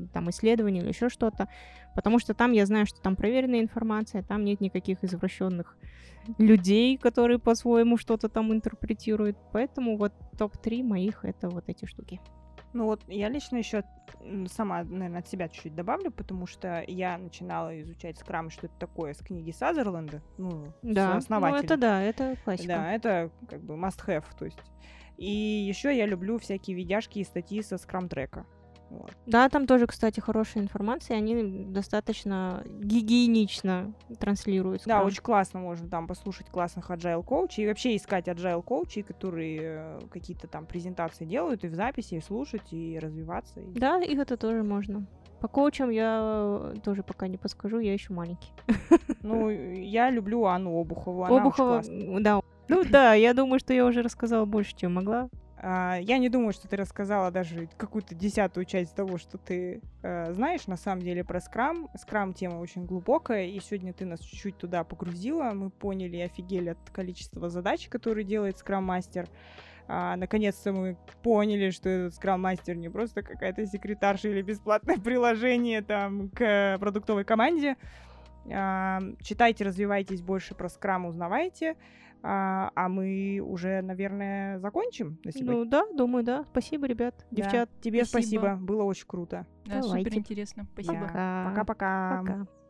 там исследования или еще что-то, потому что там я знаю, что там проверенная информация, там нет никаких извращенных людей, которые по-своему что-то там интерпретируют, поэтому вот топ-3 моих это вот эти штуки. Ну вот я лично еще сама, наверное, от себя чуть-чуть добавлю, потому что я начинала изучать скрам, что это такое, с книги Сазерленда, Да, с основателя. Это классика. Да, это как бы must-have, то есть. И еще я люблю всякие видяшки и статьи со скрам-трека. Вот. Да, там тоже, кстати, хорошая информация, они достаточно гигиенично транслируют Да, скрам. очень классно можно там послушать классных agile коучей и вообще искать agile коучей, которые какие-то там презентации делают и в записи, и слушать, и развиваться. Да, их это тоже можно. По коучам я тоже пока не подскажу, я еще маленький. Ну, я люблю Анну Обухову, она очень классная. Да. Ну да, я думаю, что я уже рассказала больше, чем могла. Я не думаю, что ты рассказала даже какую-то 10-ую часть того, что ты знаешь на самом деле про скрам. Скрам тема очень глубокая, и сегодня ты нас чуть-чуть туда погрузила. Мы поняли и офигели от количества задач, которые делает скрам-мастер. Наконец-то мы поняли, что этот скрам-мастер не просто какая-то секретарша или бесплатное приложение там к продуктовой команде. Читайте, развивайтесь больше про скрам, узнавайте. А мы уже, наверное, закончим на сегодня. Ну да, думаю, да. Спасибо, ребят, Да. девчат. Тебе спасибо. Было очень круто. Да, Давайте. супер интересно. Спасибо. Да. Пока-пока. Пока.